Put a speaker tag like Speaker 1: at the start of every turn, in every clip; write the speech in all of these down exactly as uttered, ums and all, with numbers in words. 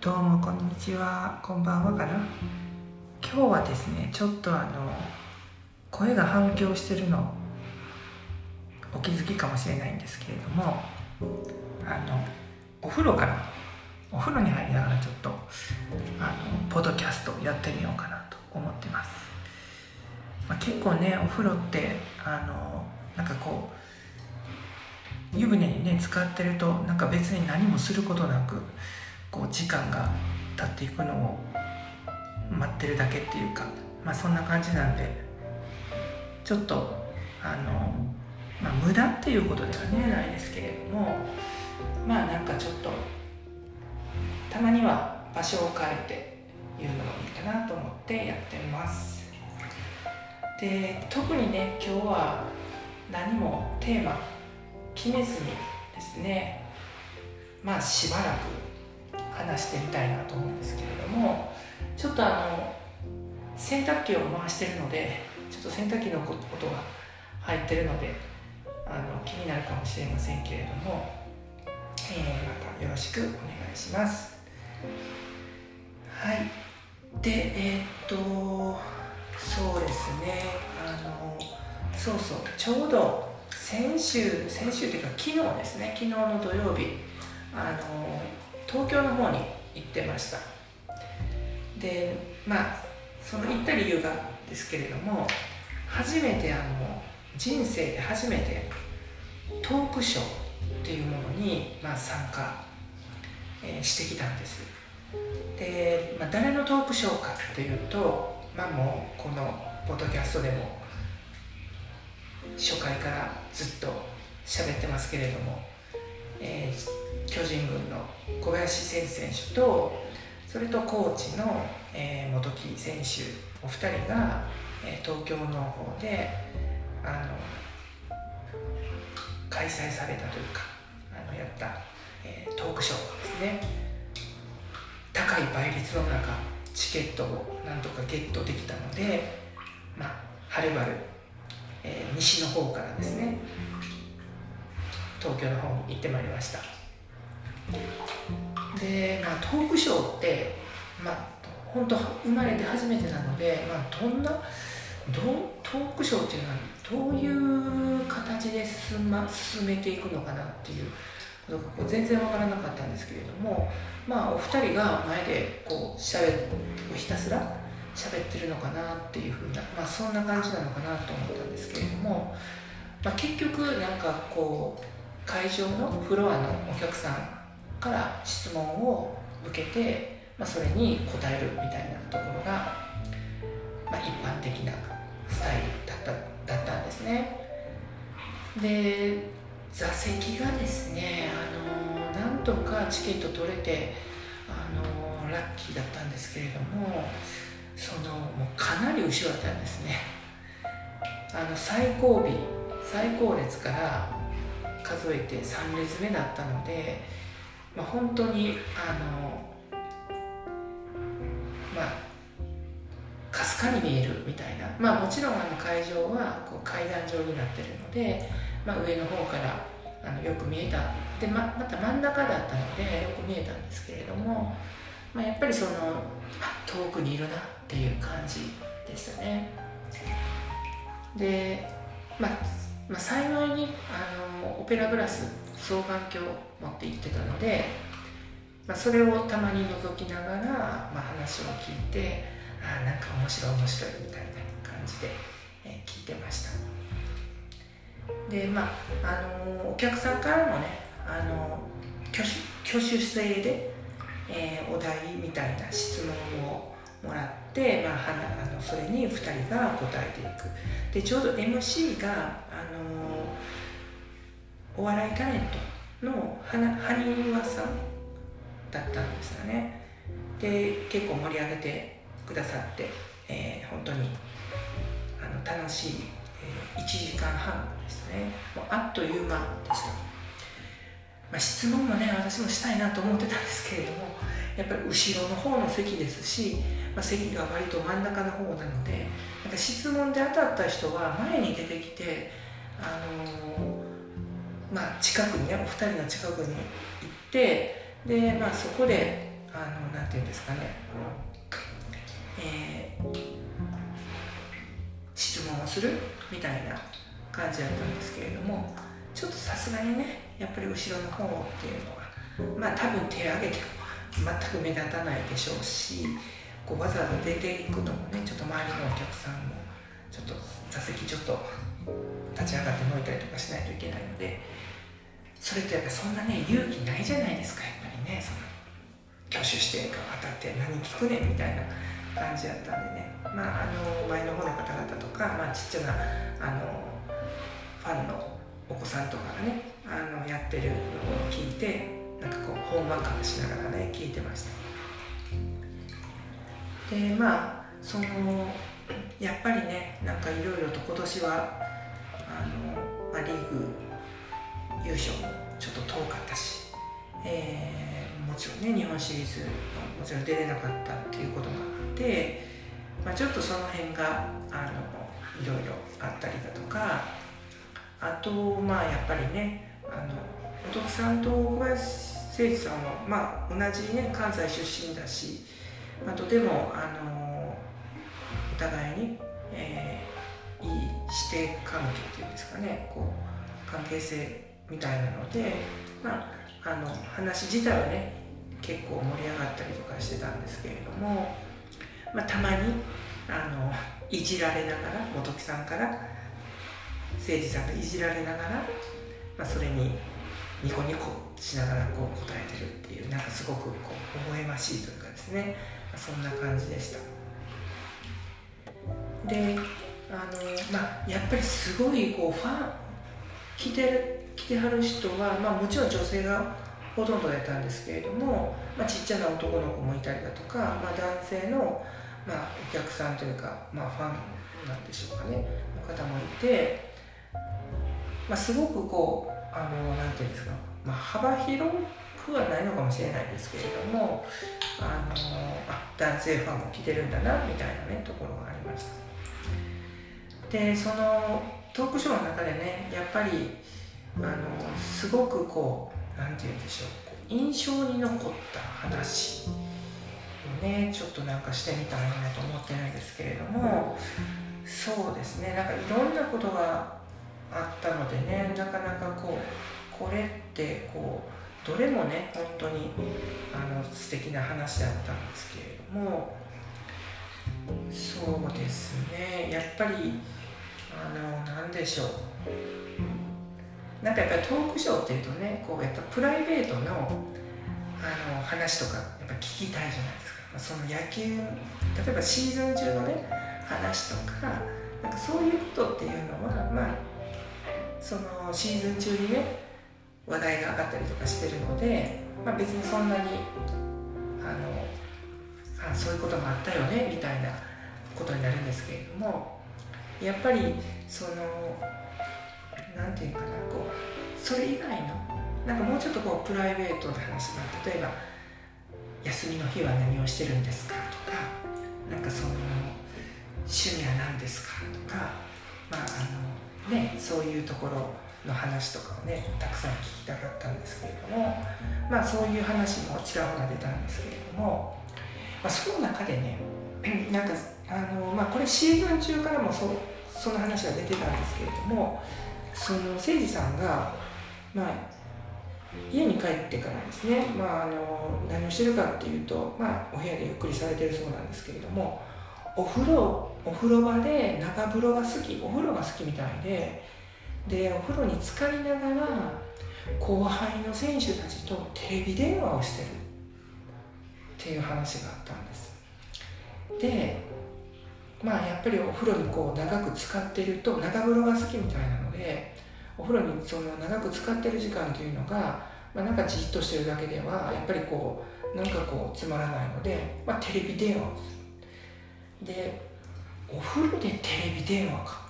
Speaker 1: どうもこんにちは、こんばんはかな。今日はですね、ちょっとあの声が反響してるのお気づきかもしれないんですけれども、あのお風呂からお風呂に入りながらちょっとあのポッドキャストやってみようかなと思ってます。まあ、結構ね、お風呂ってあのなんかこう湯船にね浸ってるとなんか別に何もすることなくこう時間が経っていくのを待ってるだけっていうか、まあそんな感じなんで、ちょっとあの、まあ、無駄っていうことではねないですけれども、まあなんかちょっとたまには場所を変えて言うのもいいかなと思ってやってます。で、特にね今日は何もテーマ決めずにですね、まあしばらく話してみたいなと思うんですけれども、ちょっとあの洗濯機を回してるのでちょっと洗濯機の音が入ってるのであの気になるかもしれませんけれども、えー、またよろしくお願いします。はい。で、えー、っとそうですね、あのそうそうちょうど先週先週というか昨日ですね、昨日の土曜日あの東京の方に行ってました。で、まあその行った理由がですけれども、初めてあの人生で初めてトークショーっていうものに、まあ、参加、えー、してきたんです。で、まあ、誰のトークショーかっていうと、まあもうこのポッドキャストでも初回からずっと喋ってますけれども、えー、巨人軍の小林誠司選手と、それとコーチの、えー、本木選手お二人が、えー、東京の方であの開催されたというかあのやった、えー、トークショーですね。高い倍率の中チケットをなんとかゲットできたので、まあ、はるばる、えー、西の方からですね東京の方に行ってまいりました。で、まあ、トークショーって、まあ、本当生まれて初めてなので、まあ、どんなどうトークショーっていうのはどういう形で進、ま、進めていくのかなっていうことがこう全然わからなかったんですけれども、まあ、お二人が前でこうしゃべひたすら喋ってるのかなっていうふうな、まあ、そんな感じなのかなと思ったんですけれども、まあ、結局なんかこう会場のフロアのお客さんから質問を受けて、まあ、それに答えるみたいなところが、まあ、一般的なスタイルだった、だったんですね。で、座席がですね、あのなんとかチケット取れてあのラッキーだったんですけれども、そのもうかなり後ろだったんですね。あの最後尾最後列から数えてさん列目だったので、まあ、本当にあのまあかすかに見えるみたいな、まあもちろんあの会場はこう階段状になってるので、まあ、上の方からあのよく見えたで、ま, また真ん中だったのでよく見えたんですけれども、まあ、やっぱりその遠くにいるなっていう感じでしたね。で、まあまあ、幸いにあのオペラグラス双眼鏡を持って行ってたので、まあ、それをたまに覗きながら、まあ、話を聞いて、あなんか面白い面白いみたいな感じで、えー、聞いてました。で、まあ、あのお客さんからもねあの挙手、挙手制で、えー、お題みたいな質問をもらって、まあ、はなあのそれにふたりが答えていく。でちょうど エムシー が、あのお笑いタレントのはなはにわさんだったんですよね。で結構盛り上げてくださって、えー、本当にあの楽しい、えー、いちじかんはんでしたね。もうあっという間でした。まあ、質問もね私もしたいなと思ってたんですけれども、やっぱり後ろの方の席ですし、まあ、席が割と真ん中の方なので、なんか質問で当たった人は前に出てきて、あのーまあ、近くにねお二人の近くに行って、で、まあ、そこであのなんていうんですかね、えー、質問をするみたいな感じだったんですけれども、ちょっとさすがにねやっぱり後ろの方っていうのはまあ多分手を挙げても全く目立たないでしょうし、こうわざわざ出ていくのもね、ちょっと周りのお客さんもちょっと座席ちょっと立ち上がって乗いたりとかしないといけないので、それってやっぱそんなね勇気ないじゃないですか。やっぱりね、その挙手して当たって何聞くねんみたいな感じだったんでね、まああの前の方の方々とか、まあ、ちっちゃなあのファンのお子さんとかがねあのやってるのを聞いて、なんかこうほんわかしながらね聞いてました。でまあそのやっぱりね、なんかいろいろと今年はあの、まあ、リーグ優勝もちょっと遠かったし、えー、もちろんね日本シリーズももちろん出れなかったっていうことがあって、まあ、ちょっとその辺があのいろいろあったりだとか、あとまあやっぱりね、あの元木さんと小林誠司さんは、まあ、同じね関西出身だし、あとでもあのお互いに、えー、いい師弟関係っていうんですかね、こう関係性みたいなので、まあ、あの話自体はね結構盛り上がったりとかしてたんですけれども、まあ、たまにあのいじられながら、元木さんから誠司さんがいじられながら、まあ、それにニコニコしながらこう答えてるっていう、なんかすごくこう微笑ましいというかですね、そんな感じでした。で、あのまあ、やっぱりすごいこうファン来てる来てはる人は、まあ、もちろん女性がほとんどだったんですけれども、まあ、ちっちゃな男の子もいたりだとか、まあ、男性の、まあ、お客さんというか、まあ、ファンなんでしょうかねの方もいて、まあ、すごくこうあのなんていうんですか、まあ、幅広くはないのかもしれないですけれども、あのあ男性ファンも来てるんだなみたいなねところがありました。でそのトークショーの中でね、やっぱりあのすごくこうなんて言うんでしょう、印象に残った話をねちょっとなんかしてみたらいいなと思ってるんですけれども、そうですね、なんかいろんなことがあったのでね、なかなかこうこれってこうどれもね本当にあの素敵な話だったんですけれども、そうですね、やっぱりあのなんでしょう、なんかやっぱりトークショーっていうとね、こうやっぱプライベートのあの話とかやっぱ聞きたいじゃないですか。まあ、その野球、例えばシーズン中のね話とか、なんかそういうことっていうのは、まあそのシーズン中にね話題が上がったりとかしてるので、まあ、別にそんなにあのあそういうこともあったよねみたいなことになるんですけれども、やっぱりそのなんていうかな、こうそれ以外のなんかもうちょっとこうプライベートな話が、例えば休みの日は何をしてるんですかとか、なんかその趣味は何ですかとか、まああのね、そういうところの話とかをねたくさん聞きたかったんですけれども、まあそういう話もちらほら出たんですけれども、まあ、その中でねなんかあの、まあ、これシーズン中からも そ, その話が出てたんですけれども、その誠司さんが、まあ、家に帰ってからですね、まあ、あの何をしてるかっていうと、まあ、お部屋でゆっくりされてるそうなんですけれども、お風呂お風呂場で長風呂が好きお風呂が好きみたいで、でお風呂に浸かりながら後輩の選手たちとテレビ電話をしてるっていう話があったんです。でまあやっぱりお風呂にこう長く浸かってると、長風呂が好きみたいなので、お風呂にその長く浸かってる時間というのが、まあ、なんかじっとしてるだけではやっぱりこうなんかこうつまらないので、まあ、テレビ電話をする。でお風呂でテレビ電話か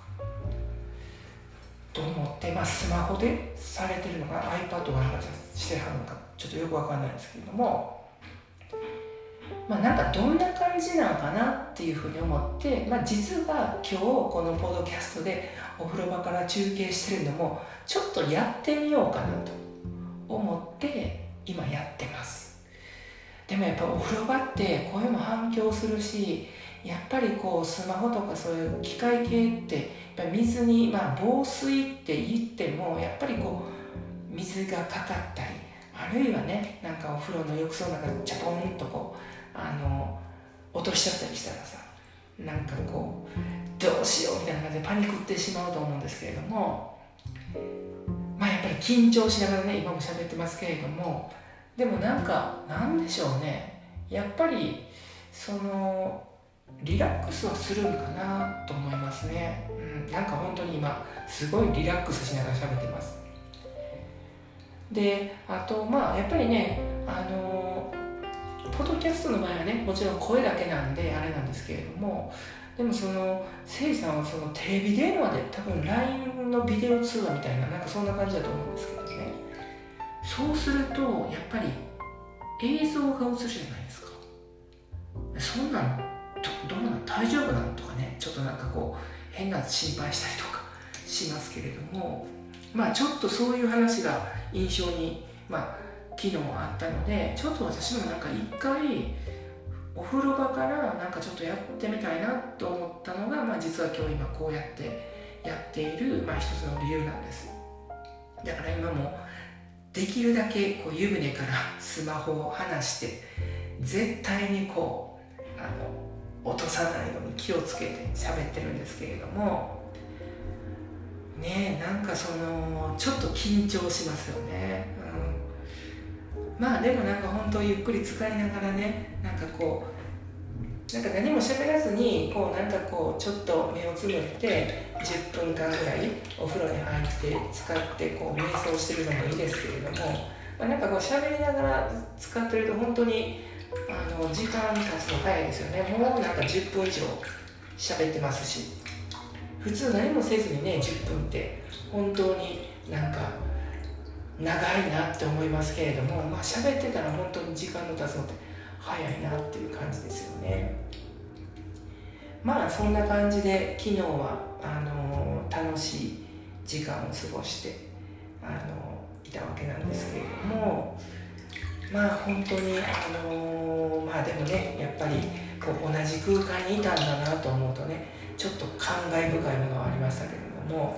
Speaker 1: と思って、まあ、スマホでされてるのか iPad がなんかしてはるのかちょっとよくわかんないですけれども、まあ、なんかどんな感じなのかなっていうふうに思って、まあ、実は今日このポッドキャストでお風呂場から中継してるのもちょっとやってみようかなと思って今やってます。 でもやっぱお風呂場って声も反響するし、やっぱりこうスマホとかそういう機械系ってやっぱ水に、まあ、防水って言ってもやっぱりこう水がかかったり、あるいはね、なんかお風呂の浴槽の中でチャポンとこうあの落としちゃったりしたらさ、なんかこうどうしようみたいな感じでパニクってしまうと思うんですけれども、まあやっぱり緊張しながらね今も喋ってますけれども、でもなんかなんでしょうね、やっぱりそのリラックスはするんかなと思いますね、うん、なんか本当に今すごいリラックスしながら喋ってます。で、あとまあやっぱりね、あのポッドキャストの場合はねもちろん声だけなんであれなんですけれども、でもそのせいさんはそのテレビ電話で多分 ライン のビデオ通話みたいな、なんかそんな感じだと思うんですけどね、そうするとやっぱり映像が映るじゃないですか。そんなの ど, どうなん大丈夫なのとかね、ちょっとなんかこう変な心配したりとかしますけれども、まあちょっとそういう話が印象に、まあ、昨日あったので、ちょっと私もなんか一回お風呂場からなんかちょっとやってみたいなと思ったのが、まあ、実は今日今こうやってやっている、まあ、一つの理由なんです。だから今もできるだけこう湯船からスマホを離して絶対にこうあの落とさないように気をつけて喋ってるんですけれどもねえ、なんかそのちょっと緊張しますよね、うん、まあでもなんか本当ゆっくり使いながらね、なんかこうなんか何も喋らずにこうなんかこうちょっと目をつむってじゅっぷんかんぐらいお風呂に入って使ってこう瞑想してるのもいいですけれども、まあ、なんかこう喋りながら使ってると本当にあの時間経つの早いですよね。もうなんかじゅっぷん以上喋ってますし、普通何もせずにねじゅっぷんって本当になんか長いなって思いますけれども、まあ喋ってたら本当に時間の経つのって早いなっていう感じですよね。まあそんな感じで昨日はあの楽しい時間を過ごしてあのいたわけなんですけれども、まあ本当にあのまあでもね、やっぱりこう同じ空間にいたんだなと思うとね、ちょっと感慨深いものはありましたけれども、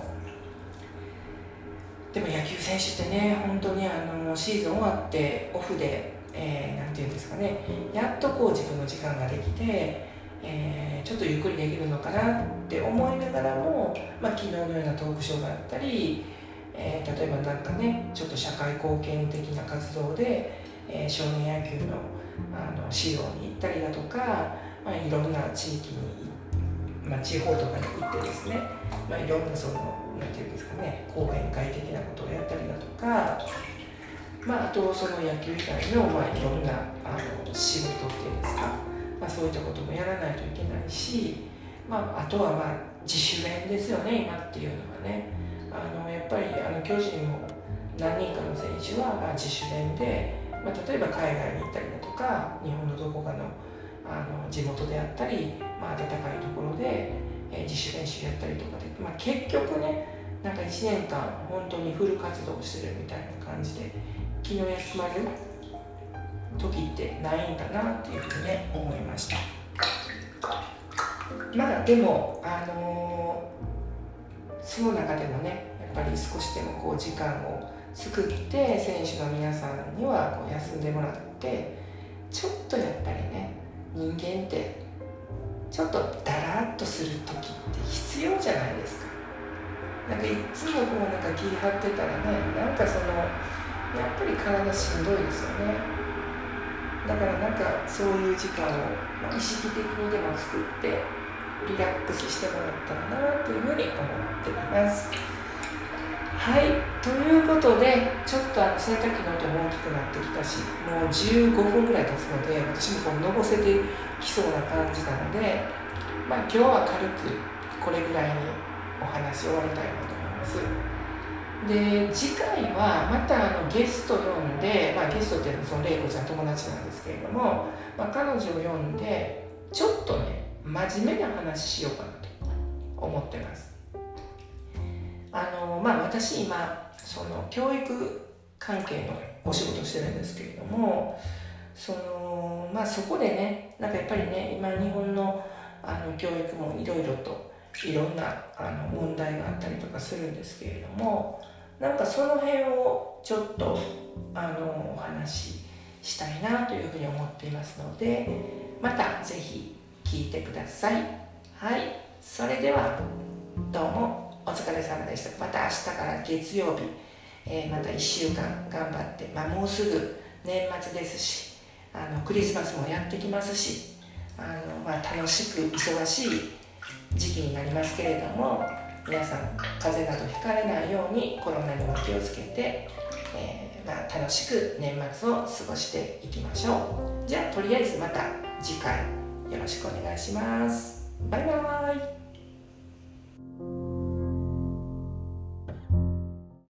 Speaker 1: でも野球選手ってね、本当にあのシーズン終わってオフで、えー、なんていうんですかね、やっとこう自分の時間ができて、えー、ちょっとゆっくりできるのかなって思いながらも、まあ、昨日のようなトークショーがあったり、えー、例えばなんかね、ちょっと社会貢献的な活動で、えー、少年野球の、あの指導に行ったりだとか、まあ、いろんな地域に、まあ、地方とかに行ってですね、まあ、いろんなそのなんていうんですかね、講演会的なことをやったりだとか、まあ、あとその野球以外の、まあ、いろんなあの仕事っていうんですか、まあ、そういったこともやらないといけないし、まあ、あとはまあ自主練ですよね、今っていうのはね。あのやっぱりあの巨人も何人かの選手はまあ自主練で、まあ、例えば海外に行ったりだとか、日本のどこかの、あの地元であったり、まあ、暖かいところで、えー、自主練習やったりとかで、まあ、結局ね、なんかいちねんかん本当にフル活動してるみたいな感じで、気の休まる時ってないんだなっていうふうにね思いました。まあでもあのー、その中でもね、やっぱり少しでもこう時間を作って選手の皆さんにはこう休んでもらって、ちょっとやっぱりね、人間ってちょっとダラッとする時って必要じゃないですか。なんかいつもこうなんか気張ってたらね、なんかそのやっぱり体しんどいですよね。だからなんかそういう時間を、まあ、意識的にでも作ってリラックスしてもらったらなというふうに思っています。はい、ということで、ちょっとあの洗濯機の音も大きくなってきたし、もうじゅうごふんぐらい経つので、私もこうのぼせてきそうな感じなので、まあ、今日は軽くこれぐらいにお話を終わりたいなと思います。で、次回はまたあのゲスト呼んで、まあ、ゲストっていうのはその玲子ちゃん友達なんですけれども、まあ、彼女を呼んでちょっとね真面目な話しようかなと思ってます。あのまあ私今その教育関係のお仕事してるんですけれども、そのまあそこでね、なんかやっぱりね、今日本のあの教育もいろいろといろんなあの問題があったりとかするんですけれども、なんかその辺をちょっとあのお話ししたいなというふうに思っていますので、またぜひ聞いてください。はい、それではどうもお疲れ様でした。また明日から月曜日、えー、またいっしゅうかん頑張って、まあ、もうすぐ年末ですし、あのクリスマスもやってきますし、あの、まあ、楽しく忙しい時期になりますけれども、皆さん風邪などひかれないようにコロナにも気をつけて、えーまあ、楽しく年末を過ごしていきましょう。じゃあとりあえずまた次回よろしくお願いします。バイバーイ。